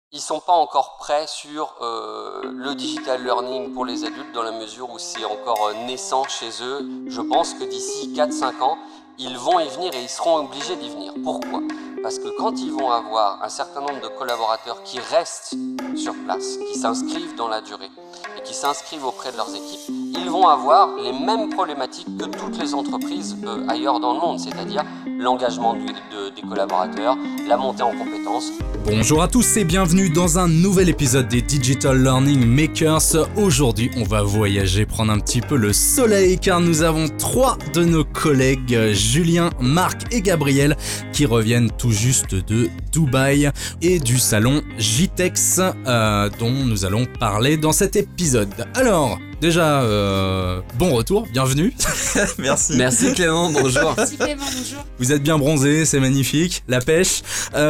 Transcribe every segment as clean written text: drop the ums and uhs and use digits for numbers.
Ils sont pas encore prêts sur le digital learning pour les adultes dans la mesure où c'est encore naissant chez eux. Je pense que d'ici 4-5 ans, ils vont y venir et ils seront obligés d'y venir. Pourquoi ? Parce que quand ils vont avoir un certain nombre de collaborateurs qui restent sur place, qui s'inscrivent dans la durée et qui s'inscrivent auprès de leurs équipes, ils vont avoir les mêmes problématiques que toutes les entreprises ailleurs dans le monde, c'est-à-dire l'engagement des collaborateurs, la montée en compétences. Bonjour à tous et bienvenue dans un nouvel épisode des Digital Learning Makers. Aujourd'hui, on va voyager, prendre un petit peu le soleil car nous avons 3 de nos collègues, Julien, Marc et Gabriel, qui reviennent tout juste de Dubaï et du salon JTEX dont nous allons parler dans cet épisode. Alors, déjà, bon retour, bienvenue. Merci. Merci Clément, bonjour. Merci Clément, bonjour. Vous êtes bien bronzés, c'est magnifique, la pêche.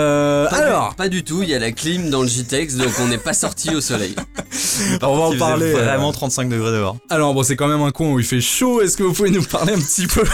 Pas du tout, il y a la clim dans le JTEX, donc on n'est pas sorti au soleil. On va en parler. Vraiment 35 degrés dehors. Alors bon, c'est quand même un coin où il fait chaud. Est-ce que vous pouvez nous parler un petit peu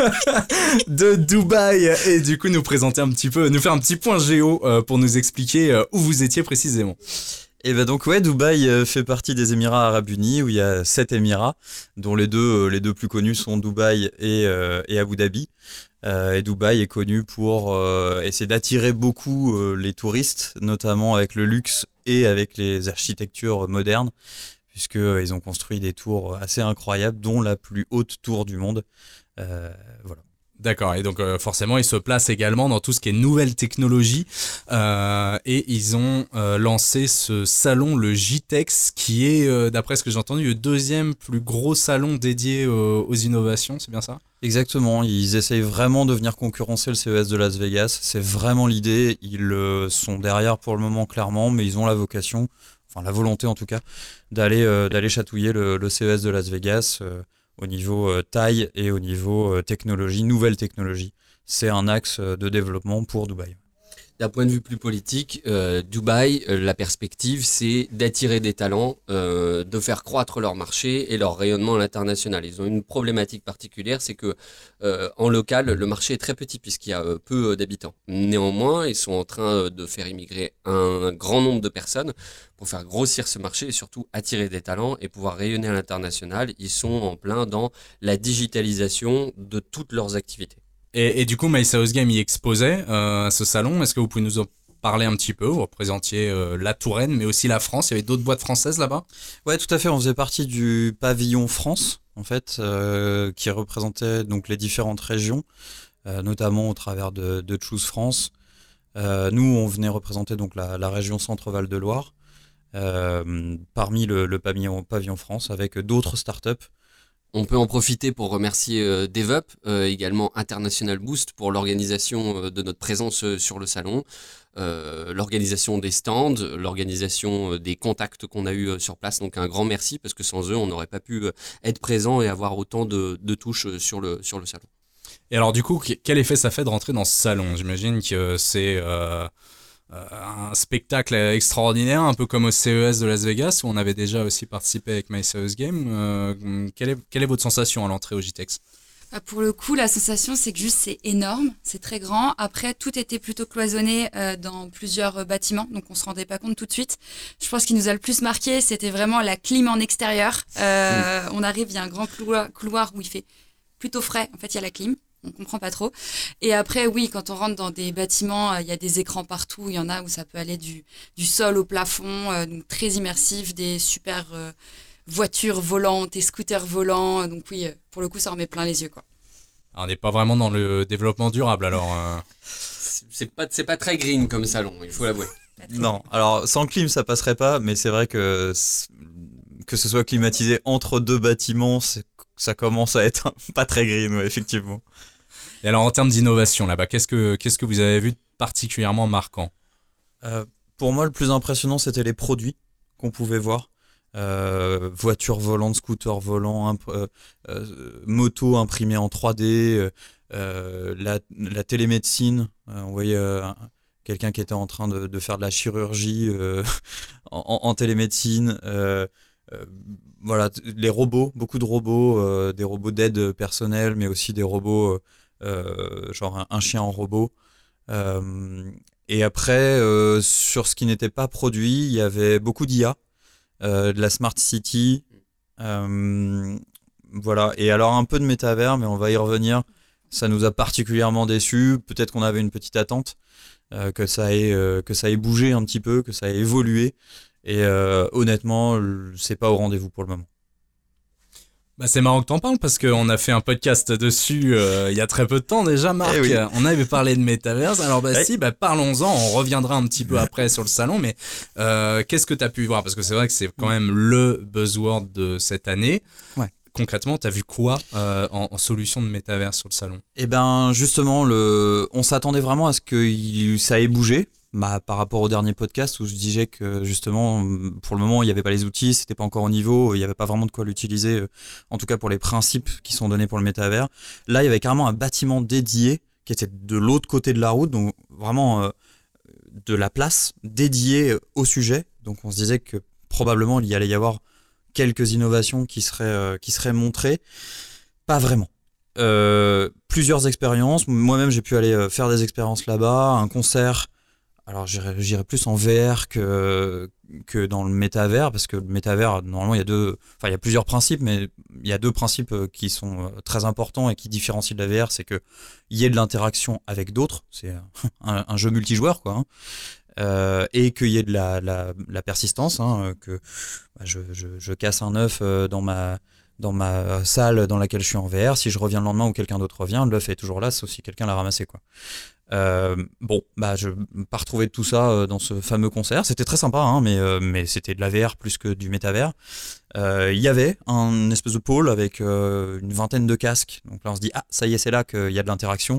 de Dubaï et du coup nous présenter un petit peu, nous faire un petit point géo pour nous expliquer où vous étiez précisément. Et ben donc ouais, Dubaï fait partie des Émirats Arabes Unis où il y a 7 Émirats, dont les deux plus connus sont Dubaï et Abu Dhabi. Et Dubaï est connu pour essayer d'attirer beaucoup les touristes, notamment avec le luxe et avec les architectures modernes, puisqu'ils ont construit des tours assez incroyables, dont la plus haute tour du monde. Voilà. D'accord, et donc forcément ils se placent également dans tout ce qui est nouvelles technologies et ils ont lancé ce salon, le JTEX, qui est, d'après ce que j'ai entendu, le deuxième plus gros salon dédié aux innovations, c'est bien ça ? Exactement, ils essayent vraiment de venir concurrencer le CES de Las Vegas, c'est vraiment l'idée, ils sont derrière pour le moment clairement, mais ils ont la vocation, enfin la volonté en tout cas, d'aller chatouiller le CES de Las Vegas au niveau taille et au niveau technologie, nouvelle technologie. C'est un axe de développement pour Dubaï. D'un point de vue plus politique, Dubaï, la perspective, c'est d'attirer des talents, de faire croître leur marché et leur rayonnement à l'international. Ils ont une problématique particulière, c'est que en local, le marché est très petit puisqu'il y a peu d'habitants. Néanmoins, ils sont en train de faire immigrer un grand nombre de personnes pour faire grossir ce marché et surtout attirer des talents et pouvoir rayonner à l'international. Ils sont en plein dans la digitalisation de toutes leurs activités. Et du coup, My South Game y exposait à ce salon. Est-ce que vous pouvez nous en parler un petit peu ? Vous représentiez la Touraine, mais aussi la France. Il y avait d'autres boîtes françaises là-bas ? Ouais, tout à fait. On faisait partie du pavillon France, en fait, qui représentait donc les différentes régions, notamment au travers de Choose France. Nous, on venait représenter donc la région Centre-Val de Loire, parmi le pavillon France, avec d'autres startups. On peut en profiter pour remercier DevUp, également International Boost pour l'organisation de notre présence sur le salon, l'organisation des stands, l'organisation des contacts qu'on a eus sur place. Donc un grand merci parce que sans eux, on n'aurait pas pu être présent et avoir autant de touches sur le salon. Et alors du coup, quel effet ça fait de rentrer dans ce salon ? J'imagine que c'est un spectacle extraordinaire, un peu comme au CES de Las Vegas où on avait déjà aussi participé avec My South Game. Quelle est votre sensation à l'entrée au JTEX ? Pour le coup, la sensation, c'est que juste c'est énorme, c'est très grand. Après, tout était plutôt cloisonné dans plusieurs bâtiments, donc on se rendait pas compte tout de suite. Je pense qu'il nous a le plus marqué, c'était vraiment la clim en extérieur. On arrive, il y a un grand couloir où il fait plutôt frais. En fait, il y a la clim. On comprend pas trop. Et après, oui, quand on rentre dans des bâtiments, il y a des écrans partout. Il y en a où ça peut aller du sol au plafond, donc très immersif, des super voitures volantes et scooters volants. Donc oui, pour le coup, ça en met plein les yeux, quoi. Alors, on n'est pas vraiment dans le développement durable, alors. C'est pas très green comme salon, il faut l'avouer. Non, alors sans clim, ça passerait pas, mais c'est vrai que ce soit climatisé entre deux bâtiments, ça commence à être pas très green, ouais, effectivement. Et alors en termes d'innovation là-bas, qu'est-ce que vous avez vu de particulièrement marquant ? Pour moi, le plus impressionnant, c'était les produits qu'on pouvait voir. Voitures volantes, scooters volants, motos imprimées en 3D, la télémédecine. On voyait quelqu'un qui était en train de faire de la chirurgie en télémédecine. Voilà, les robots, beaucoup de robots, des robots d'aide personnelle, mais aussi des robots genre un chien en robot. Et après, sur ce qui n'était pas produit, il y avait beaucoup d'IA, de la Smart City, voilà. Et alors un peu de métavers, mais on va y revenir. Ça nous a particulièrement déçus. Peut-être qu'on avait une petite attente, que ça ait bougé un petit peu, que ça ait évolué. Et honnêtement, c'est pas au rendez-vous pour le moment. Bah c'est marrant que t'en parles parce qu'on a fait un podcast dessus il y a très peu de temps déjà, Marc. Oui. On avait parlé de Metaverse. Alors Oui. si, parlons-en. On reviendra un petit peu après sur le salon. Mais qu'est-ce que t'as pu voir? Parce que c'est vrai que c'est quand même le buzzword de cette année. Ouais. Concrètement, t'as vu quoi en solution de Metaverse sur le salon? Eh ben justement, on s'attendait vraiment à ce que ça ait bougé. Par rapport au dernier podcast où je disais que justement pour le moment il n'y avait pas les outils, c'était pas encore au niveau, il n'y avait pas vraiment de quoi l'utiliser, en tout cas pour les principes qui sont donnés pour le métavers. Là il y avait carrément un bâtiment dédié qui était de l'autre côté de la route, donc vraiment de la place dédiée au sujet. Donc on se disait que probablement il y allait y avoir quelques innovations qui seraient montrées. Pas vraiment. Plusieurs expériences, moi-même j'ai pu aller faire des expériences là-bas, un concert. Alors j'irais plus en VR que dans le métavers, parce que le métavers, normalement, il y a plusieurs principes, mais il y a deux principes qui sont très importants et qui différencient de la VR, c'est que il y ait de l'interaction avec d'autres, c'est un jeu multijoueur, quoi, hein, et qu'il y ait de la persistance, hein, que je casse un œuf dans ma salle dans laquelle je suis en VR, si je reviens le lendemain ou quelqu'un d'autre revient, l'œuf est toujours là, sauf si quelqu'un l'a ramassé, quoi. Je n'ai pas retrouvé tout ça dans ce fameux concert. C'était très sympa, hein, mais c'était de la VR plus que du métavers. Il y avait un espèce de pôle avec une vingtaine de casques. Donc là, on se dit, ça y est, c'est là qu'il y a de l'interaction.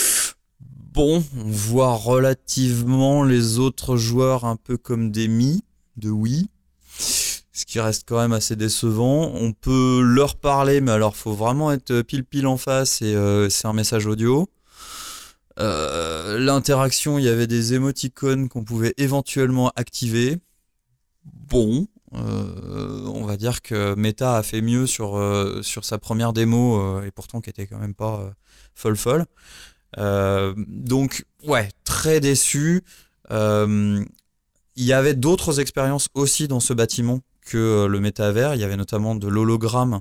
Bon, on voit relativement les autres joueurs un peu comme des de Wii. Ce qui reste quand même assez décevant. On peut leur parler, mais alors faut vraiment être pile en face et c'est un message audio. L'interaction, il y avait des émoticônes qu'on pouvait éventuellement activer. Bon, on va dire que Meta a fait mieux sur sa première démo et pourtant qui était quand même pas folle. Donc ouais, très déçu. Il y avait d'autres expériences aussi dans ce bâtiment que le métavers. Il y avait notamment de l'hologramme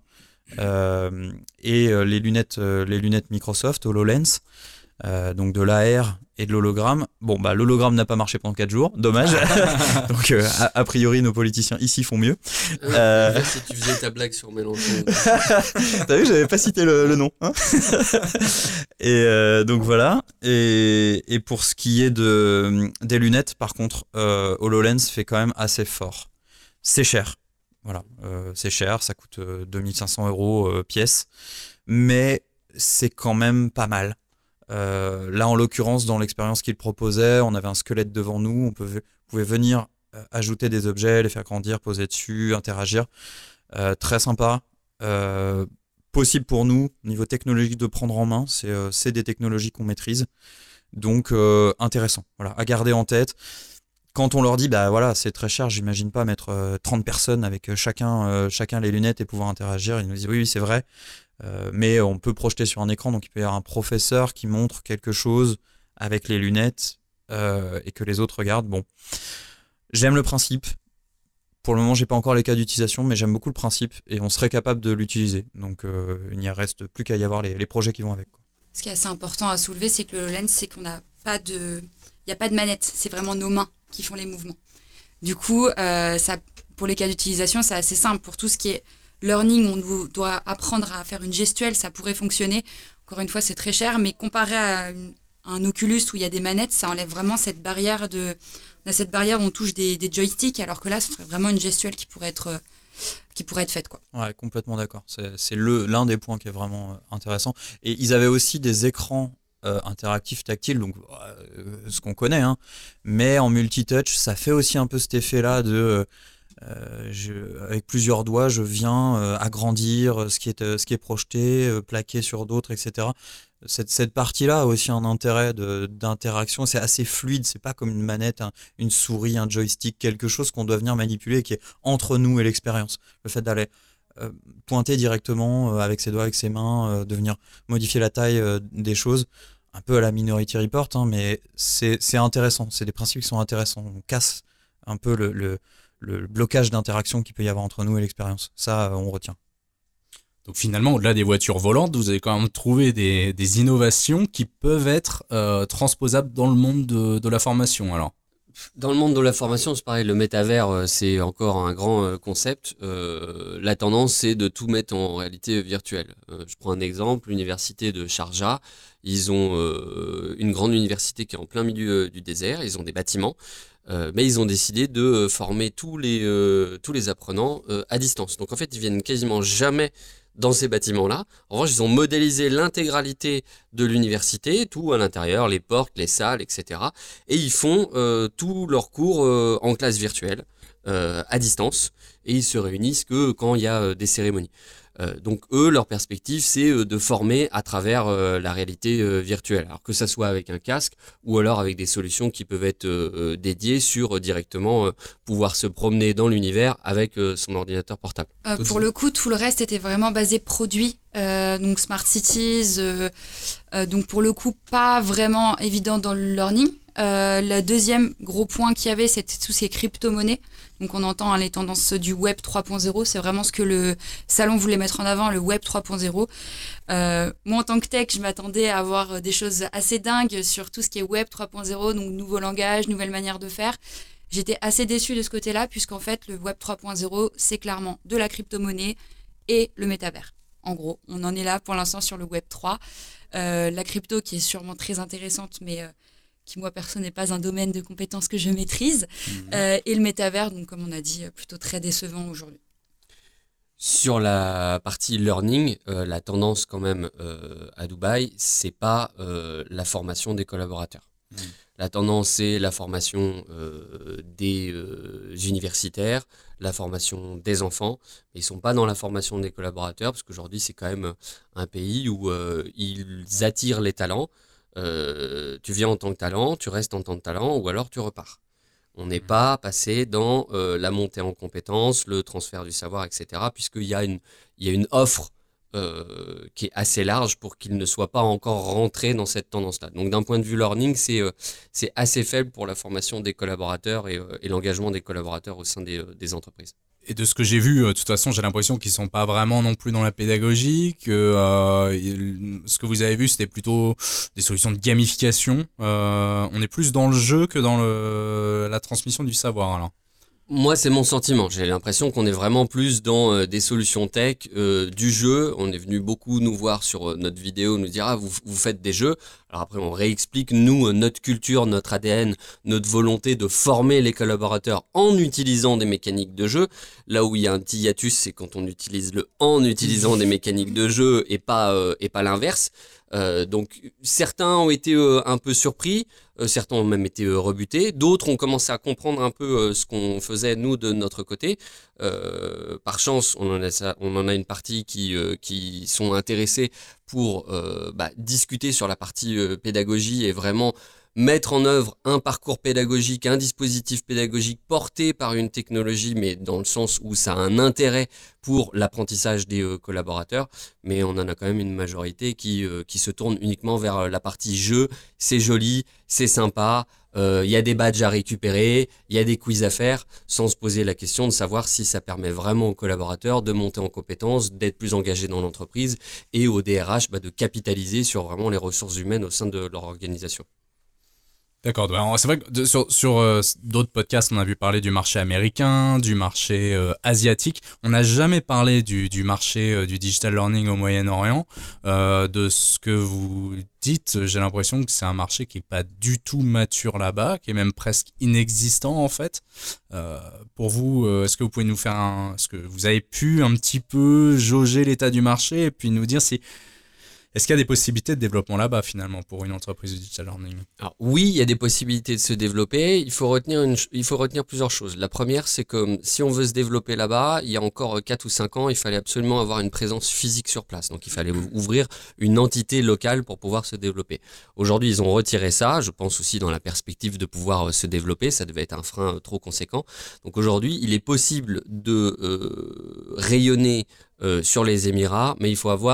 et les lunettes Microsoft HoloLens. Donc de l'AR et de l'hologramme. Bon, l'hologramme n'a pas marché pendant 4 jours, dommage. Donc a priori nos politiciens ici font mieux. Si tu faisais ta blague sur Mélenchon. T'as vu, j'avais pas cité le nom, hein. Et donc voilà. Et pour ce qui est des lunettes, par contre, HoloLens fait quand même assez fort. C'est cher. Voilà, c'est cher, ça coûte 2500 € pièce, mais c'est quand même pas mal. Là en l'occurrence dans l'expérience qu'il proposait, on avait un squelette devant nous, on pouvait venir ajouter des objets, les faire grandir, poser dessus, interagir, très sympa, possible pour nous au niveau technologique de prendre en main, c'est des technologies qu'on maîtrise, donc intéressant, voilà, à garder en tête. Quand on leur dit voilà, c'est très cher, j'imagine pas mettre 30 personnes avec chacun les lunettes et pouvoir interagir, ils nous disent oui c'est vrai. Mais on peut projeter sur un écran, donc il peut y avoir un professeur qui montre quelque chose avec les lunettes et que les autres regardent. Bon, j'aime le principe. Pour le moment, j'ai pas encore les cas d'utilisation, mais j'aime beaucoup le principe et on serait capable de l'utiliser. Donc il n'y reste plus qu'à y avoir les projets qui vont avec, quoi. Ce qui est assez important à soulever, c'est que le HoloLens, c'est qu'on n'a pas il n'y a pas de manette, c'est vraiment nos mains qui font les mouvements. Du coup, ça, pour les cas d'utilisation, c'est assez simple. Pour tout ce qui est learning, on doit apprendre à faire une gestuelle, ça pourrait fonctionner. Encore une fois, c'est très cher, mais comparé à un Oculus où il y a des manettes, ça enlève vraiment cette barrière on a cette barrière où on touche des joysticks, alors que là, ce serait vraiment une gestuelle qui pourrait être faite, quoi. Ouais, complètement d'accord. C'est l'un des points qui est vraiment intéressant. Et ils avaient aussi des écrans interactifs tactiles, donc ce qu'on connaît, hein. Mais en multitouch, ça fait aussi un peu cet effet-là de avec plusieurs doigts, je viens agrandir ce qui est projeté, plaquer sur d'autres, etc. Cette partie-là a aussi un intérêt d'interaction. C'est assez fluide, c'est pas comme une manette, une souris, un joystick, quelque chose qu'on doit venir manipuler qui est entre nous et l'expérience. Le fait d'aller pointer directement avec ses doigts, avec ses mains, de venir modifier la taille des choses, un peu à la Minority Report, hein, mais c'est intéressant. C'est des principes qui sont intéressants. On casse un peu le blocage d'interaction qu'il peut y avoir entre nous et l'expérience. Ça, on retient. Donc finalement, au-delà des voitures volantes, vous avez quand même trouvé des innovations qui peuvent être transposables dans le monde de la formation, alors. Dans le monde de la formation, c'est pareil, le métavers, c'est encore un grand concept. La tendance, c'est de tout mettre en réalité virtuelle. Je prends un exemple, l'université de Sharjah. Ils ont une grande université qui est en plein milieu du désert. Ils ont des bâtiments, mais ils ont décidé de former tous les apprenants à distance. Donc en fait, ils viennent quasiment jamais dans ces bâtiments-là. En revanche, ils ont modélisé l'intégralité de l'université, tout à l'intérieur, les portes, les salles, etc. Et ils font tous leurs cours en classe virtuelle, à distance, et ils se réunissent que quand il y a des cérémonies. Donc eux, leur perspective, c'est de former à travers la réalité virtuelle. Alors que ça soit avec un casque ou alors avec des solutions qui peuvent être dédiées sur directement pouvoir se promener dans l'univers avec son ordinateur portable. Pour le coup, tout le reste était vraiment basé produit. Donc Smart Cities, donc pour le coup, pas vraiment évident dans le learning. Le deuxième gros point qu'il y avait, c'était tous ces crypto-monnaies. Donc on entend les tendances du Web 3.0, c'est vraiment ce que le salon voulait mettre en avant, le Web 3.0. Moi en tant que tech, je m'attendais à avoir des choses assez dingues sur tout ce qui est Web 3.0, donc nouveau langage, nouvelle manière de faire. J'étais assez déçue de ce côté-là, puisqu'en fait le Web 3.0, c'est clairement de la crypto-monnaie et le métavers. En gros, on en est là pour l'instant sur le Web 3. La crypto qui est sûrement très intéressante, mais qui moi perso n'est pas un domaine de compétences que je maîtrise, et le métavers, donc comme on a dit, plutôt très décevant aujourd'hui. Sur la partie learning, la tendance quand même à Dubaï, c'est pas la formation des collaborateurs. La tendance, c'est la formation des universitaires, la formation des enfants. Ils sont pas dans la formation des collaborateurs, parce qu'aujourd'hui, c'est quand même un pays où ils attirent les talents. Tu viens en tant que talent, tu restes en tant que talent, ou alors tu repars. On n'est pas passé dans la montée en compétences, le transfert du savoir, etc., puisqu'il y a une offre qui est assez large pour qu'il ne soit pas encore rentré dans cette tendance-là. Donc d'un point de vue learning, c'est assez faible pour la formation des collaborateurs et l'engagement des collaborateurs au sein des entreprises. Et de ce que j'ai vu, de toute façon, j'ai l'impression qu'ils sont pas vraiment non plus dans la pédagogie, que ce que vous avez vu, c'était plutôt des solutions de gamification. On est plus dans le jeu que dans la transmission du savoir, alors. Moi, c'est mon sentiment. J'ai l'impression qu'on est vraiment plus dans des solutions tech, du jeu. On est venu beaucoup nous voir sur notre vidéo, nous dire « Ah, vous faites des jeux ». Alors après, on réexplique, nous, notre culture, notre ADN, notre volonté de former les collaborateurs en utilisant des mécaniques de jeu. Là où il y a un petit hiatus, c'est quand on utilise le « en utilisant des mécaniques de jeu » et pas l'inverse. Donc certains ont été un peu surpris, certains ont même été rebutés, d'autres ont commencé à comprendre un peu ce qu'on faisait nous de notre côté. Par chance, on en a une partie qui sont intéressés pour discuter sur la partie pédagogie et vraiment mettre en œuvre un parcours pédagogique, un dispositif pédagogique porté par une technologie, mais dans le sens où ça a un intérêt pour l'apprentissage des collaborateurs. Mais on en a quand même une majorité qui se tourne uniquement vers la partie jeu. C'est joli, c'est sympa, il y a des badges à récupérer, il y a des quiz à faire, sans se poser la question de savoir si ça permet vraiment aux collaborateurs de monter en compétences, d'être plus engagés dans l'entreprise et au DRH de capitaliser sur vraiment les ressources humaines au sein de leur organisation. D'accord. Alors, c'est vrai que sur d'autres podcasts, on a vu parler du marché américain, du marché asiatique. On n'a jamais parlé du marché du digital learning au Moyen-Orient. De ce que vous dites, j'ai l'impression que c'est un marché qui n'est pas du tout mature là-bas, qui est même presque inexistant en fait. Pour vous, est-ce que vous pouvez nous faire est-ce que vous avez pu un petit peu jauger l'état du marché et puis nous dire si... Est-ce qu'il y a des possibilités de développement là-bas, finalement, pour une entreprise de digital learning ? Alors oui, il y a des possibilités de se développer. Il faut retenir plusieurs choses. La première, c'est que si on veut se développer là-bas, il y a encore 4 ou 5 ans, il fallait absolument avoir une présence physique sur place. Donc il fallait ouvrir une entité locale pour pouvoir se développer. Aujourd'hui, ils ont retiré ça. Je pense aussi dans la perspective de pouvoir se développer. Ça devait être un frein trop conséquent. Donc aujourd'hui, il est possible de rayonner sur les Émirats, mais il faut avoir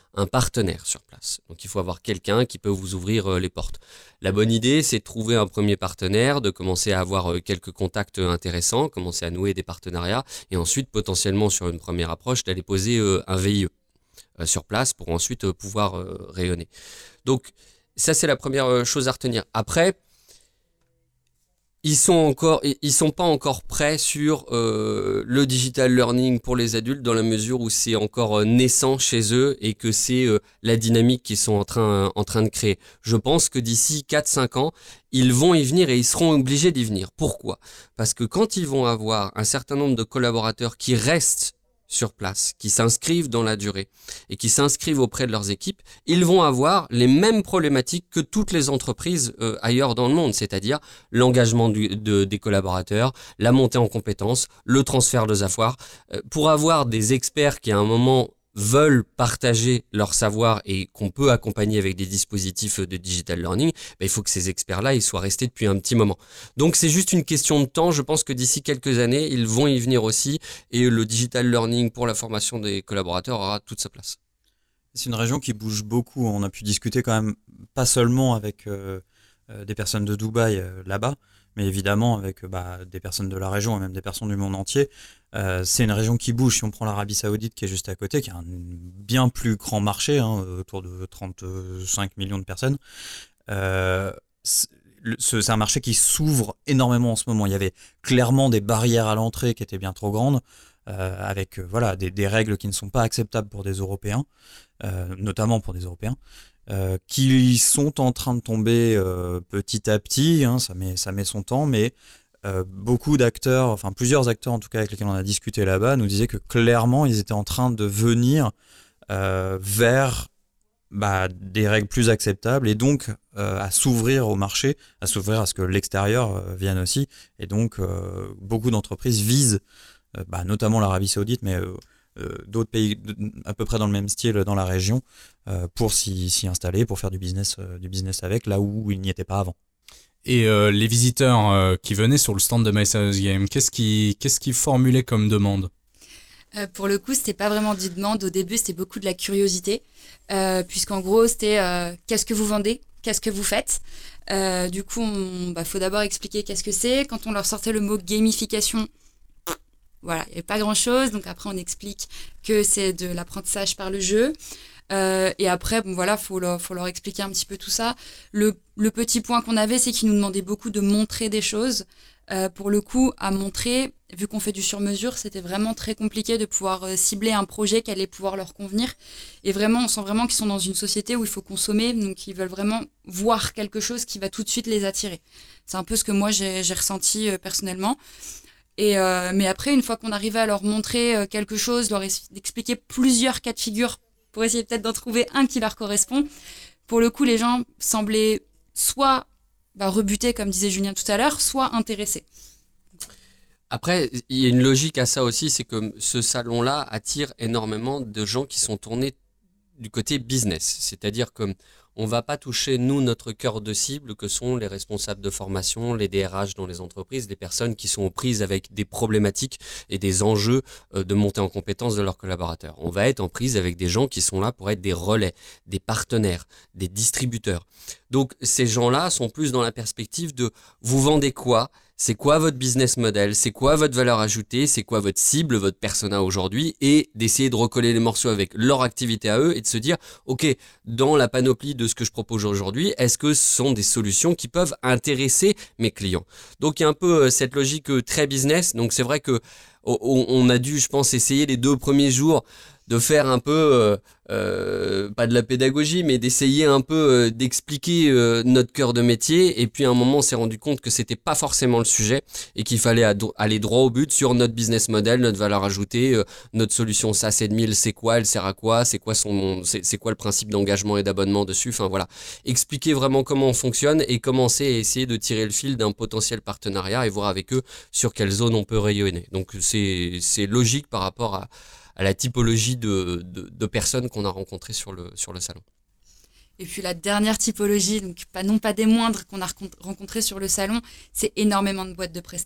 un partenaire sur place. Donc il faut avoir quelqu'un qui peut vous ouvrir les portes. La bonne idée, c'est de trouver un premier partenaire, de commencer à avoir quelques contacts intéressants, commencer à nouer des partenariats, et ensuite potentiellement sur une première approche d'aller poser un VIE sur place pour ensuite pouvoir rayonner. Donc ça, c'est la première chose à retenir. Après, ils sont pas encore prêts sur le digital learning pour les adultes, dans la mesure où c'est encore naissant chez eux et que c'est la dynamique qu'ils sont en train de créer. Je pense que d'ici 4-5 ans, ils vont y venir et ils seront obligés d'y venir. Pourquoi ? Parce que quand ils vont avoir un certain nombre de collaborateurs qui restent sur place, qui s'inscrivent dans la durée et qui s'inscrivent auprès de leurs équipes, ils vont avoir les mêmes problématiques que toutes les entreprises ailleurs dans le monde, c'est-à-dire l'engagement des collaborateurs, la montée en compétences, le transfert de savoir. Pour avoir des experts qui à un moment veulent partager leur savoir et qu'on peut accompagner avec des dispositifs de digital learning, il faut que ces experts-là ils soient restés depuis un petit moment. Donc c'est juste une question de temps. Je pense que d'ici quelques années, ils vont y venir aussi et le digital learning pour la formation des collaborateurs aura toute sa place. C'est une région qui bouge beaucoup. On a pu discuter quand même, pas seulement avec des personnes de Dubaï là-bas, mais évidemment avec des personnes de la région et même des personnes du monde entier. C'est une région qui bouge. Si on prend l'Arabie Saoudite qui est juste à côté, qui a un bien plus grand marché, autour de 35 millions de personnes, c'est un marché qui s'ouvre énormément en ce moment. Il y avait clairement des barrières à l'entrée qui étaient bien trop grandes, avec des règles qui ne sont pas acceptables pour des Européens, notamment pour des Européens, qui sont en train de tomber petit à petit. Ça met son temps, mais beaucoup d'acteurs, enfin plusieurs acteurs en tout cas avec lesquels on a discuté là-bas, nous disaient que clairement ils étaient en train de venir vers des règles plus acceptables et donc à s'ouvrir au marché, à s'ouvrir à ce que l'extérieur vienne aussi. Et donc beaucoup d'entreprises visent notamment l'Arabie Saoudite, mais d'autres pays à peu près dans le même style dans la région pour s'y installer, pour faire du business avec, là où ils n'y étaient pas avant. Et les visiteurs qui venaient sur le stand de My Serious Game, qu'est-ce qu'ils formulaient comme demande ? Pour le coup, c'était pas vraiment des demandes. Au début, c'était beaucoup de la curiosité, puisqu'en gros, c'était qu'est-ce que vous vendez, qu'est-ce que vous faites. Du coup, faut d'abord expliquer qu'est-ce que c'est. Quand on leur sortait le mot gamification, voilà, il n'y avait pas grand-chose. Donc après, on explique que c'est de l'apprentissage par le jeu. Et après, faut leur expliquer un petit peu tout ça. Le petit point qu'on avait, c'est qu'ils nous demandaient beaucoup de montrer des choses. Pour le coup, à montrer, vu qu'on fait du sur-mesure, c'était vraiment très compliqué de pouvoir cibler un projet qui allait pouvoir leur convenir. Et vraiment, on sent vraiment qu'ils sont dans une société où il faut consommer, donc ils veulent vraiment voir quelque chose qui va tout de suite les attirer. C'est un peu ce que moi j'ai ressenti personnellement. Mais après, une fois qu'on arrivait à leur montrer quelque chose, leur expliquer plusieurs cas de figure pour essayer peut-être d'en trouver un qui leur correspond, pour le coup, les gens semblaient soit rebutés, comme disait Julien tout à l'heure, soit intéressés. Après, il y a une logique à ça aussi, c'est que ce salon-là attire énormément de gens qui sont tournés du côté business. C'est-à-dire que on va pas toucher, nous, notre cœur de cible, que sont les responsables de formation, les DRH dans les entreprises, les personnes qui sont aux prises avec des problématiques et des enjeux de montée en compétence de leurs collaborateurs. On va être en prise avec des gens qui sont là pour être des relais, des partenaires, des distributeurs. Donc, ces gens-là sont plus dans la perspective de vous vendez quoi ? C'est quoi votre business model ? C'est quoi votre valeur ajoutée ? C'est quoi votre cible, votre persona aujourd'hui ? Et d'essayer de recoller les morceaux avec leur activité à eux et de se dire, OK, dans la panoplie de ce que je propose aujourd'hui, est-ce que ce sont des solutions qui peuvent intéresser mes clients ? Donc, il y a un peu cette logique très business. Donc, c'est vrai que on a dû, je pense, essayer les 2 premiers jours de faire un peu, pas de la pédagogie, mais d'essayer un peu d'expliquer notre cœur de métier. Et puis à un moment, on s'est rendu compte que c'était pas forcément le sujet et qu'il fallait aller droit au but sur notre business model, notre valeur ajoutée, notre solution SaaS et 1000, c'est quoi, elle sert à quoi, c'est quoi le principe d'engagement et d'abonnement dessus. Enfin voilà, expliquer vraiment comment on fonctionne et commencer à essayer de tirer le fil d'un potentiel partenariat et voir avec eux sur quelle zone on peut rayonner. Donc c'est logique par rapport à la typologie de personnes qu'on a rencontrées sur le salon. Et puis la dernière typologie, donc pas des moindres qu'on a rencontrées sur le salon, c'est énormément de boîtes de prestat.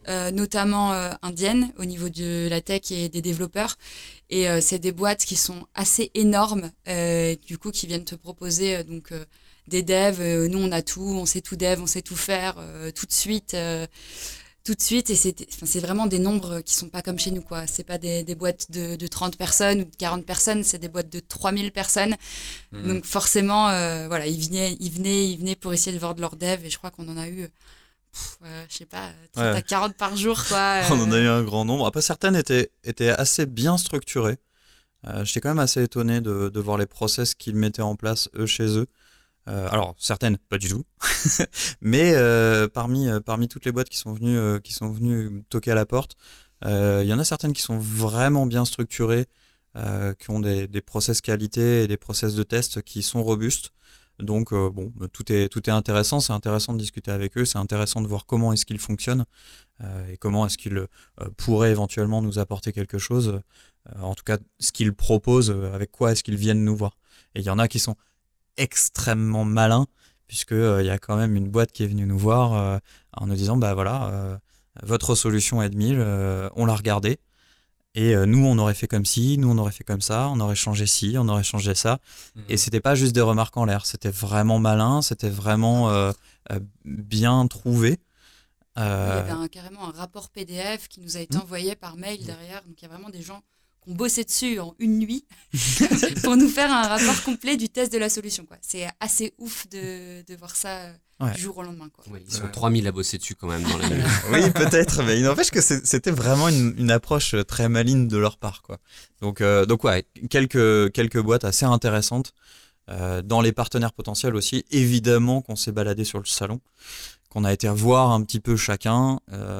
notamment indiennes au niveau de la tech et des développeurs. Et c'est des boîtes qui sont assez énormes, du coup qui viennent te proposer des devs. Nous on a tout, on sait tout dev, on sait tout faire tout de suite. Et c'est vraiment des nombres qui sont pas comme chez nous, quoi. C'est pas des boîtes de 30 personnes ou de 40 personnes, c'est des boîtes de 3000 personnes. Donc forcément, voilà, ils venaient pour essayer de voir de leur dev, et je crois qu'on en a eu, je sais pas, 30 à 40 par jour, quoi. On en a eu un grand nombre. Après, certaines étaient assez bien structurées. J'étais quand même assez étonné de voir les process qu'ils mettaient en place, eux, chez eux. Alors certaines pas du tout, mais parmi toutes les boîtes qui sont venues toquer à la porte, il y en a certaines qui sont vraiment bien structurées, qui ont des process qualité et des process de test qui sont robustes. Donc tout est intéressant. C'est intéressant de discuter avec eux, c'est intéressant de voir comment est-ce qu'ils fonctionnent et comment est-ce qu'ils pourraient éventuellement nous apporter quelque chose. En tout cas, ce qu'ils proposent, avec quoi est-ce qu'ils viennent nous voir. Et il y en a qui sont extrêmement malin, puisque il y a quand même une boîte qui est venue nous voir en nous disant votre solution Edmil, on l'a regardée et nous on aurait fait comme ci, nous on aurait fait comme ça, on aurait changé ci, on aurait changé ça. Et c'était pas juste des remarques en l'air, c'était vraiment malin, c'était vraiment bien trouvé. Il y avait carrément un rapport PDF qui nous a été envoyé par mail derrière, donc il y a vraiment des gens qui ont bossé dessus en une nuit pour nous faire un rapport complet du test de la solution, quoi. C'est assez ouf de voir ça du jour au lendemain, quoi. Oui, ils sont 3000 à bosser dessus quand même dans la nuit. Oui, peut-être, mais il n'empêche que c'était vraiment une approche très maligne de leur part, quoi. Donc ouais, quelques boîtes assez intéressantes. Dans les partenaires potentiels aussi, évidemment qu'on s'est baladé sur le salon, qu'on a été voir un petit peu chacun.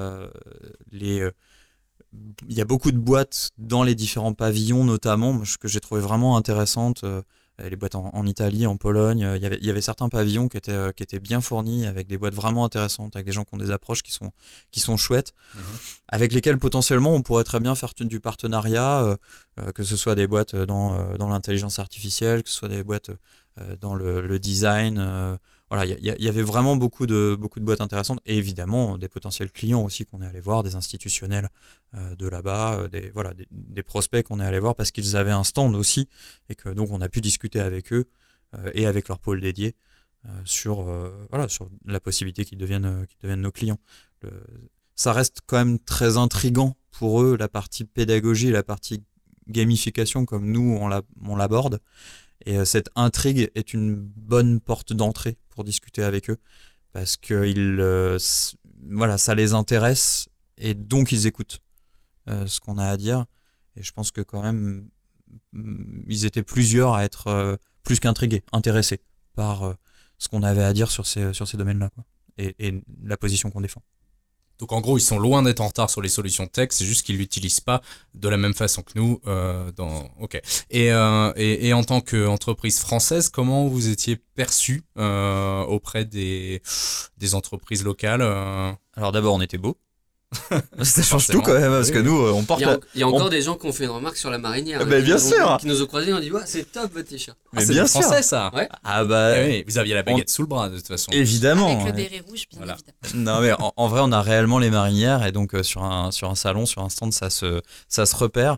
Il y a beaucoup de boîtes dans les différents pavillons, notamment, que j'ai trouvé vraiment intéressantes. Les boîtes en Italie, en Pologne, il y avait certains pavillons qui étaient bien fournis, avec des boîtes vraiment intéressantes, avec des gens qui ont des approches qui sont chouettes, avec lesquelles potentiellement on pourrait très bien faire du partenariat, que ce soit des boîtes dans l'intelligence artificielle, que ce soit des boîtes dans le design. Voilà, il y avait vraiment beaucoup de boîtes intéressantes, et évidemment des potentiels clients aussi qu'on est allé voir, des institutionnels de là-bas, des prospects qu'on est allé voir parce qu'ils avaient un stand aussi, et que donc on a pu discuter avec eux et avec leur pôle dédié sur la possibilité qu'ils deviennent nos clients. Ça reste quand même très intriguant pour eux, la partie pédagogie, la partie gamification comme nous on l'aborde. Et cette intrigue est une bonne porte d'entrée pour discuter avec eux, parce que ça les intéresse, et donc ils écoutent ce qu'on a à dire. Et je pense que quand même, ils étaient plusieurs à être plus qu'intrigués, intéressés par ce qu'on avait à dire sur ces domaines-là, quoi, et la position qu'on défend. Donc en gros, ils sont loin d'être en retard sur les solutions tech, c'est juste qu'ils l'utilisent pas de la même façon que nous. Ok. Et en tant qu'entreprise française, comment vous étiez perçu auprès des entreprises locales Alors d'abord, on était beaux. Ça change tout quand même, parce que nous on porte. Il y a encore des gens qui ont fait une remarque sur la marinière. Mais bien sûr. Qui nous ont croisés, on dit c'est top votre t-shirt. Mais bien sûr. Français ça. Ouais. Ah bah. Oui, vous aviez la baguette sous le bras de toute façon. Évidemment. Avec le béret rouge, bien évidemment. Non mais en vrai, on a réellement les marinières, et donc sur un salon, sur un stand, ça se repère.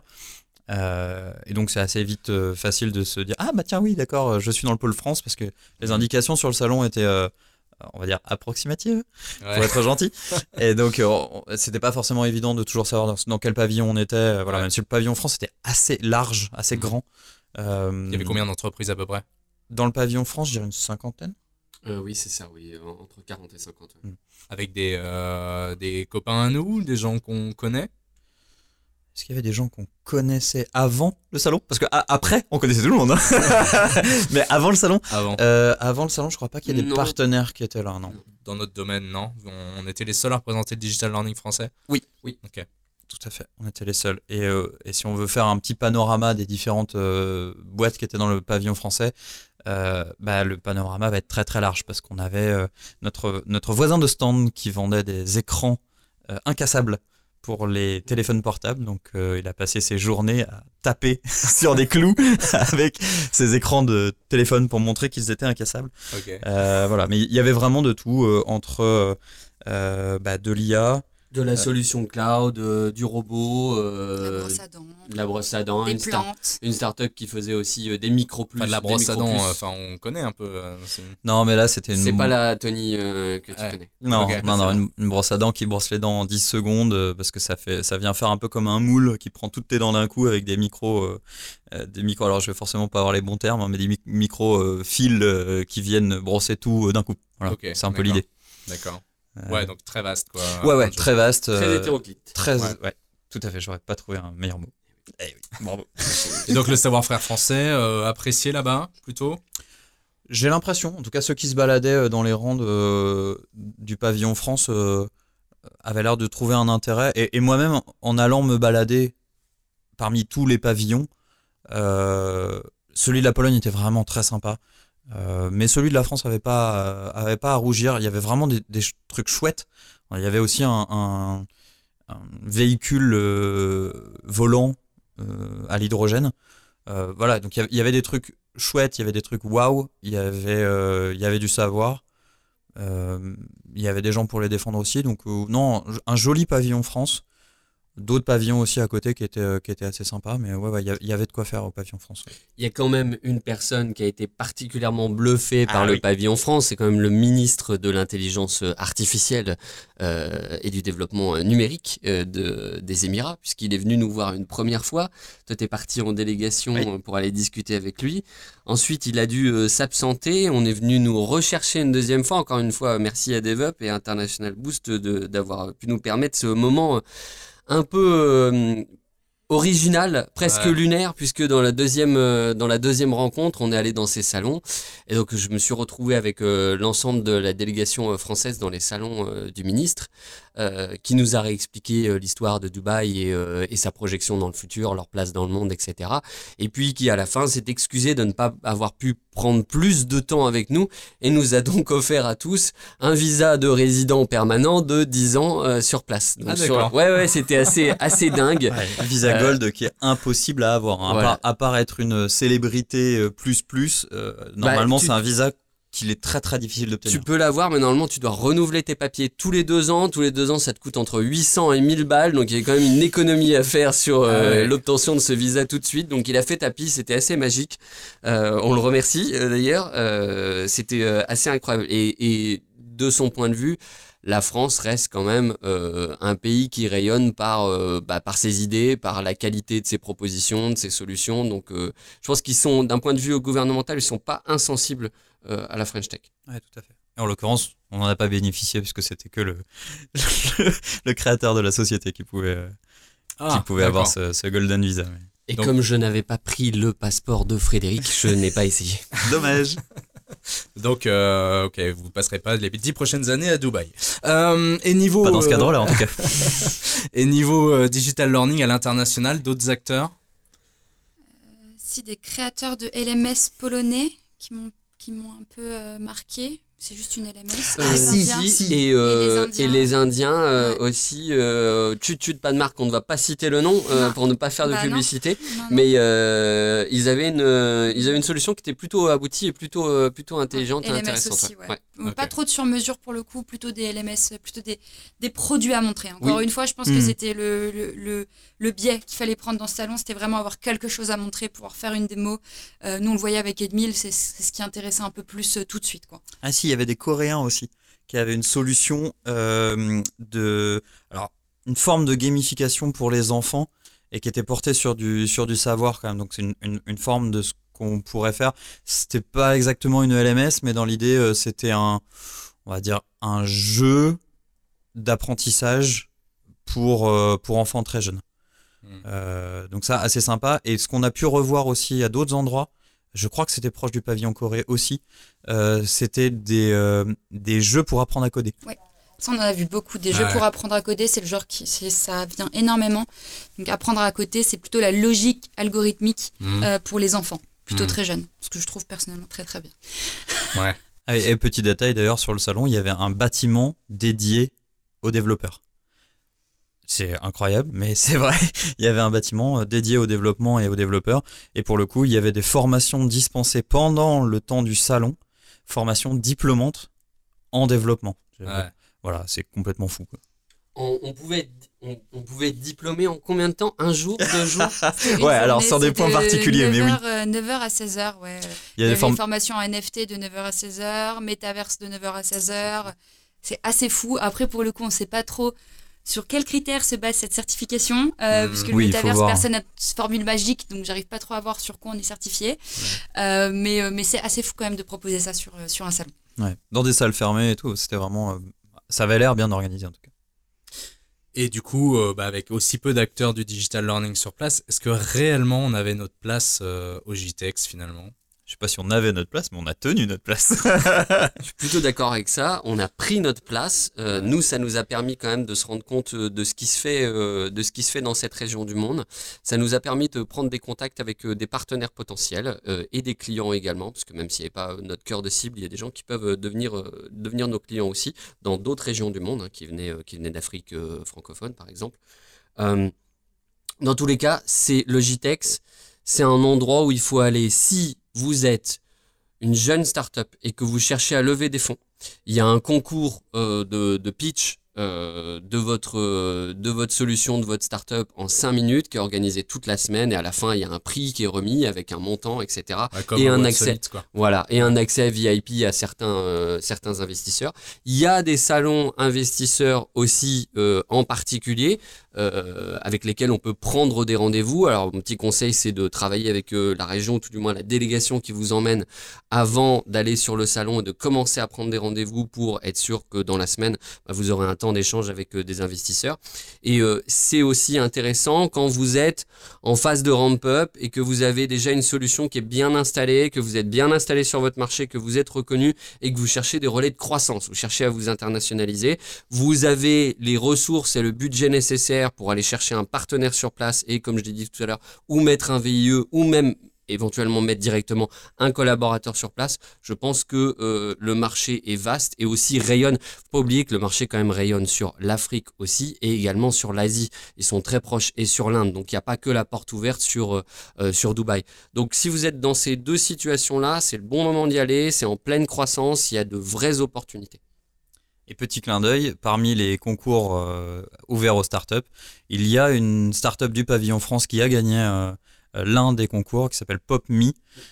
Et donc c'est assez vite facile de se dire tiens oui d'accord, je suis dans le pôle France, parce que les indications sur le salon étaient on va dire approximative, pour être gentil. Et donc c'était pas forcément évident de toujours savoir dans quel pavillon on était. Même si le pavillon France était assez large, assez grand. Il y avait combien d'entreprises à peu près? Dans le pavillon France, je dirais une 50aine. Oui, c'est ça, oui, entre 40 et 50. Ouais. Avec des copains à nous, des gens qu'on connaît? Est-ce qu'il y avait des gens qu'on connaissait avant le salon? Parce que après, on connaissait tout le monde. Hein. Mais avant le salon, avant le salon, je crois pas qu'il y ait des partenaires qui étaient là, non. Dans notre domaine, non. On était les seuls à représenter le digital learning français. Oui. Ok. Tout à fait. On était les seuls. Et si on veut faire un petit panorama des différentes boîtes qui étaient dans le pavillon français, le panorama va être très très large, parce qu'on avait notre voisin de stand qui vendait des écrans incassables pour les téléphones portables. Donc il a passé ses journées à taper sur des clous avec ses écrans de téléphone pour montrer qu'ils étaient incassables. Okay. Mais il y avait vraiment de tout, entre de l'IA, De la solution cloud, du robot, la brosse à dents, des plantes. Une start-up qui faisait aussi des micro plus. Enfin, de la brosse à dents, on connaît un peu. Non, mais là, c'était C'est pas la Tony que tu connais. Non, Okay. une brosse à dents qui brosse les dents en 10 secondes parce que ça vient faire un peu comme un moule qui prend toutes tes dents d'un coup avec des micros. Alors, je vais forcément pas avoir les bons termes, hein, mais des micro fils qui viennent brosser tout d'un coup. Voilà, Okay, c'est un peu l'idée. D'accord. Ouais, donc très vaste, quoi. Ouais, très vaste. Très hétéroclite. Ouais, tout à fait, j'aurais pas trouvé un meilleur mot. Eh oui, bravo. Et donc le savoir-faire français, apprécié là-bas, plutôt? J'ai l'impression, en tout cas ceux qui se baladaient dans les rangs du pavillon France avaient l'air de trouver un intérêt. Et moi-même, en allant me balader parmi tous les pavillons, celui de la Pologne était vraiment très sympa. Mais celui de la France avait pas à rougir. Il y avait vraiment des trucs chouettes. Il y avait aussi un véhicule volant à l'hydrogène. Voilà, donc il y avait des trucs chouettes, il y avait des trucs waouh, il y avait du savoir. Il y avait des gens pour les défendre aussi. Donc non, un joli pavillon France. D'autres pavillons aussi à côté qui étaient assez sympas, mais ouais, il y avait de quoi faire au pavillon France. Ouais. Il y a quand même une personne qui a été particulièrement bluffée par le pavillon France, c'est quand même le ministre de l'intelligence artificielle et du développement numérique des Émirats, puisqu'il est venu nous voir une première fois. Toi, t'es parti en délégation pour aller discuter avec lui. Ensuite, il a dû s'absenter. On est venu nous rechercher une deuxième fois. Encore une fois, merci à DevUp et International Boost d'avoir pu nous permettre ce moment un peu original, presque lunaire, puisque dans la deuxième rencontre, on est allé dans ces salons. Et donc, je me suis retrouvé avec l'ensemble de la délégation française dans les salons du ministre, qui nous a réexpliqué l'histoire de Dubaï et sa projection dans le futur, leur place dans le monde, etc. Et puis, qui à la fin s'est excusé de ne pas avoir pu prendre plus de temps avec nous et nous a donc offert à tous un visa de résident permanent de 10 ans sur place. Donc ouais, c'était assez dingue. Ouais, un visa Gold qui est impossible à avoir. Hein. Voilà. À part être une célébrité normalement c'est un visa qu'il est très très difficile d'obtenir. Tu peux l'avoir, mais normalement tu dois renouveler tes papiers tous les 2 ans. Tous les 2 ans, ça te coûte entre 800 et 1000 balles. Donc il y a quand même une économie à faire sur l'obtention de ce visa tout de suite. Donc il a fait tapis, c'était assez magique. On le remercie d'ailleurs. C'était assez incroyable. Et de son point de vue, la France reste quand même un pays qui rayonne par ses idées, par la qualité de ses propositions, de ses solutions. Donc je pense qu'ils sont, d'un point de vue gouvernemental, ils sont pas insensibles à la French Tech. Ouais, tout à fait. Et en l'occurrence, on n'en a pas bénéficié puisque c'était que le créateur de la société qui pouvait avoir ce Golden Visa. Mais... Et donc, comme je n'avais pas pris le passeport de Frédéric, je n'ai pas essayé. Dommage. Donc, vous passerez pas les 10 prochaines années à Dubaï. Et niveau, pas dans ce cadre-là, en tout cas. Et niveau digital learning à l'international, d'autres acteurs Si, des créateurs de LMS polonais qui m'ont un peu marqué. C'est juste une LMS. Et les Indiens aussi. Tut pas de marque, on ne va pas citer le nom pour ne pas faire de publicité. Non. Mais ils avaient une solution qui était plutôt aboutie et plutôt intelligente et intéressante. Aussi, ouais. Pas trop de sur-mesure pour le coup, plutôt des LMS, plutôt des produits à montrer. Encore une fois, je pense que c'était le biais qu'il fallait prendre dans ce salon, c'était vraiment avoir quelque chose à montrer, pouvoir faire une démo. Nous, on le voyait avec Edmil, c'est ce qui intéressait un peu plus tout de suite, quoi. Ah si, il y avait des Coréens aussi qui avaient une solution une forme de gamification pour les enfants et qui était portée sur du savoir quand même. Donc c'est une forme de ce qu'on pourrait faire. C'était pas exactement une LMS, mais dans l'idée c'était on va dire un jeu d'apprentissage pour enfants très jeunes. Donc ça, assez sympa. Et ce qu'on a pu revoir aussi à d'autres endroits, je crois que c'était proche du pavillon Corée aussi, c'était des jeux pour apprendre à coder. Ouais. Ça, on en a vu beaucoup. Des jeux pour apprendre à coder, c'est le genre ça vient énormément. Donc apprendre à coder, c'est plutôt la logique algorithmique pour les enfants, plutôt très jeunes. Ce que je trouve personnellement très très bien. Ouais. Et petit détail d'ailleurs, sur le salon, il y avait un bâtiment dédié aux développeurs. C'est incroyable, mais c'est vrai. Il y avait un bâtiment dédié au développement et aux développeurs. Et pour le coup, il y avait des formations dispensées pendant le temps du salon, formations diplômantes en développement. Ouais. Voilà, c'est complètement fou, quoi. on pouvait être diplômé en combien de temps? Un jour, 2 jours? Ouais, alors sur des points particuliers, mais oui. 9h à 16h, ouais. Il y a des formations en NFT de 9h à 16h, Metaverse de 9h à 16h. C'est assez fou. Après, pour le coup, on ne sait pas trop sur quels critères se base cette certification, puisque le Metaverse, personne n'a formule magique, donc j'arrive pas trop à voir sur quoi on est certifié. Ouais. Mais c'est assez fou quand même de proposer ça sur un salon. Ouais. Dans des salles fermées et tout, c'était vraiment... ça avait l'air bien organisé en tout cas. Et du coup, avec aussi peu d'acteurs du digital learning sur place, est-ce que réellement on avait notre place au JTEX finalement ? Je sais pas si on avait notre place, mais on a tenu notre place. Je suis plutôt d'accord avec ça. On a pris notre place. Nous, ça nous a permis quand même de se rendre compte de ce qui se fait dans cette région du monde. Ça nous a permis de prendre des contacts avec des partenaires potentiels et des clients également, parce que même s'il n'y avait pas notre cœur de cible, il y a des gens qui peuvent devenir nos clients aussi dans d'autres régions du monde, qui venaient d'Afrique francophone, par exemple. Dans tous les cas, le JTEX, c'est un endroit où il faut aller si vous êtes une jeune start-up et que vous cherchez à lever des fonds. Il y a un concours de pitch de votre solution, de votre start-up en 5 minutes qui est organisé toute la semaine, et à la fin il y a un prix qui est remis avec un montant, etc. Et un accès, solide, quoi. Voilà, et un accès VIP à certains investisseurs. Il y a des salons investisseurs aussi en particulier avec lesquels on peut prendre des rendez-vous. Alors mon petit conseil, c'est de travailler avec la région, ou tout du moins la délégation qui vous emmène avant d'aller sur le salon, et de commencer à prendre des rendez-vous pour être sûr que dans la semaine vous aurez un temps d'échange avec des investisseurs. Et c'est aussi intéressant quand vous êtes en phase de ramp-up et que vous avez déjà une solution qui est bien installée, que vous êtes bien installé sur votre marché, que vous êtes reconnu et que vous cherchez des relais de croissance, vous cherchez à vous internationaliser. Vous avez les ressources et le budget nécessaire pour aller chercher un partenaire sur place et, comme je l'ai dit tout à l'heure, ou mettre un VIE, ou même éventuellement mettre directement un collaborateur sur place. Je pense que le marché est vaste et aussi rayonne. Faut pas oublier que le marché quand même rayonne sur l'Afrique aussi, et également sur l'Asie. Ils sont très proches, et sur l'Inde. Donc il n'y a pas que la porte ouverte sur Dubaï. Donc si vous êtes dans ces deux situations-là, c'est le bon moment d'y aller. C'est en pleine croissance. Il y a de vraies opportunités. Et petit clin d'œil, parmi les concours ouverts aux startups, il y a une startup du pavillon France qui a gagné l'un des concours, qui s'appelle PopMe,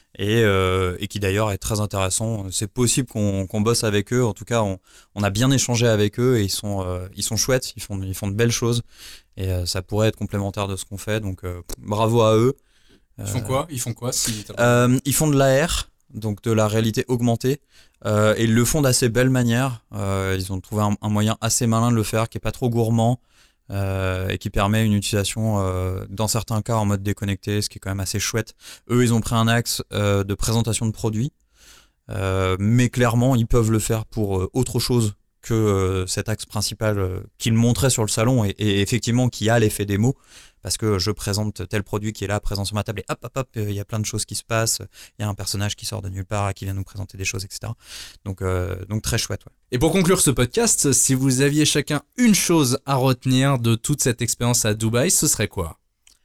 et qui d'ailleurs est très intéressant. C'est possible qu'on bosse avec eux. En tout cas, on a bien échangé avec eux, et ils sont chouettes. Ils font de belles choses, et ça pourrait être complémentaire de ce qu'on fait. Donc bravo à eux. Ils font quoi Ils font quoi Ils font de l'AR, donc de la réalité augmentée. Et ils le font d'assez belle manière. Ils ont trouvé un moyen assez malin de le faire, qui est pas trop gourmand, et qui permet une utilisation dans certains cas en mode déconnecté, ce qui est quand même assez chouette. Eux, ils ont pris un axe de présentation de produits, mais clairement ils peuvent le faire pour autre chose que cet axe principal qu'ils montraient sur le salon, et effectivement qui a l'effet démo, parce que je présente tel produit qui est là présent sur ma table, et hop, il y a plein de choses qui se passent, il y a un personnage qui sort de nulle part et qui vient nous présenter des choses, etc. Donc très chouette. Ouais. Et pour conclure ce podcast, si vous aviez chacun une chose à retenir de toute cette expérience à Dubaï, ce serait quoi ?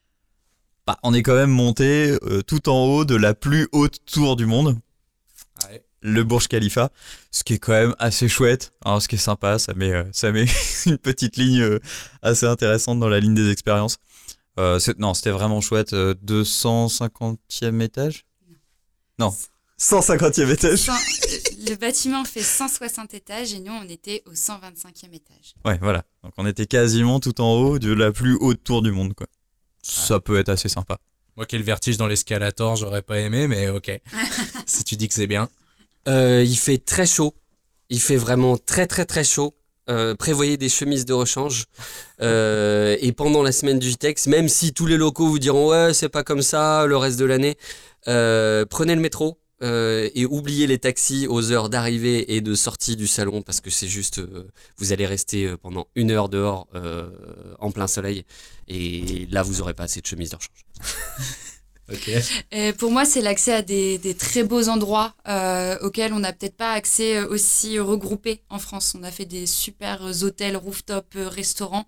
On est quand même monté tout en haut de la plus haute tour du monde. Ouais. Le Burj Khalifa, ce qui est quand même assez chouette, hein, ce qui est sympa, ça met une petite ligne assez intéressante dans la ligne des expériences. C'était vraiment chouette. 250e étage ? Non, 150e étage. Le bâtiment fait 160 étages et nous, on était au 125e étage. Ouais, voilà. Donc on était quasiment tout en haut de la plus haute tour du monde, quoi. Ça peut être assez sympa. Moi qui ai le vertige dans l'escalator, j'aurais pas aimé, mais ok. Si tu dis que c'est bien. Il fait très chaud. Il fait vraiment très très très chaud. Prévoyez des chemises de rechange. Et pendant la semaine du JTEX, même si tous les locaux vous diront ouais c'est pas comme ça le reste de l'année, prenez le métro et oubliez les taxis aux heures d'arrivée et de sortie du salon, parce que c'est juste vous allez rester pendant 1 heure dehors en plein soleil, et là vous aurez pas assez de chemises de rechange. Okay. Pour moi, c'est l'accès à des très beaux endroits auxquels on n'a peut-être pas accès aussi regroupés en France. On a fait des super hôtels, rooftop, restaurants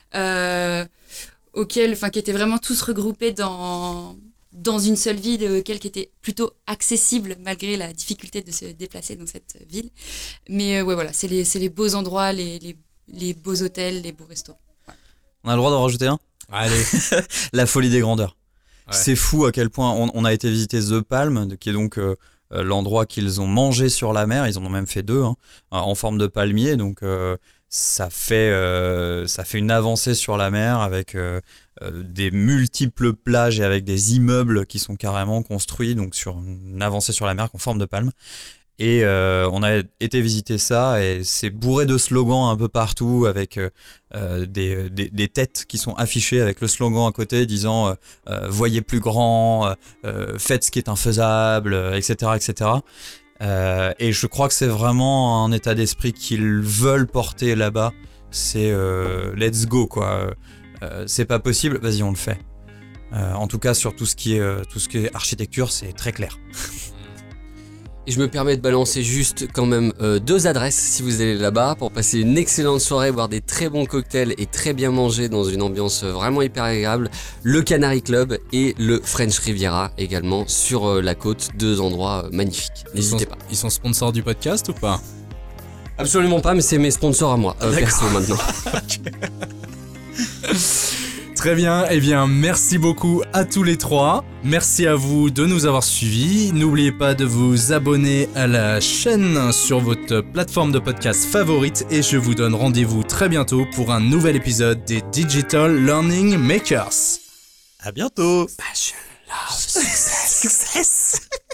qui étaient vraiment tous regroupés dans une seule ville, qui était plutôt accessible malgré la difficulté de se déplacer dans cette ville. Mais ouais, voilà, c'est les beaux endroits, les les beaux hôtels, les beaux restos. On a le droit d'en rajouter un ? Allez. La folie des grandeurs. Ouais. C'est fou à quel point on a été visiter The Palm, qui est donc l'endroit qu'ils ont mangé sur la mer. Ils en ont même fait 2, en forme de palmier. Donc ça fait une avancée sur la mer avec des multiples plages et avec des immeubles qui sont carrément construits donc sur une avancée sur la mer en forme de palme. Et on a été visiter ça et c'est bourré de slogans un peu partout avec des têtes qui sont affichées avec le slogan à côté disant voyez plus grand, faites ce qui est infaisable, etc. etc. Et je crois que c'est vraiment un état d'esprit qu'ils veulent porter là-bas. C'est let's go quoi. C'est pas possible, vas-y on le fait. En tout cas sur tout ce qui est architecture, c'est très clair. Et je me permets de balancer juste quand même 2 adresses si vous allez là-bas pour passer une excellente soirée, boire des très bons cocktails et très bien manger dans une ambiance vraiment hyper agréable. Le Canary Club et le French Riviera également sur la côte, 2 endroits magnifiques. N'hésitez pas. Ils sont sponsors du podcast ou pas ? Absolument pas, mais c'est mes sponsors à moi, perso maintenant. Très bien, eh bien merci beaucoup à tous les 3. Merci à vous de nous avoir suivis. N'oubliez pas de vous abonner à la chaîne sur votre plateforme de podcast favorite et je vous donne rendez-vous très bientôt pour un nouvel épisode des Digital Learning Makers. À bientôt. Passion, love, success. Success.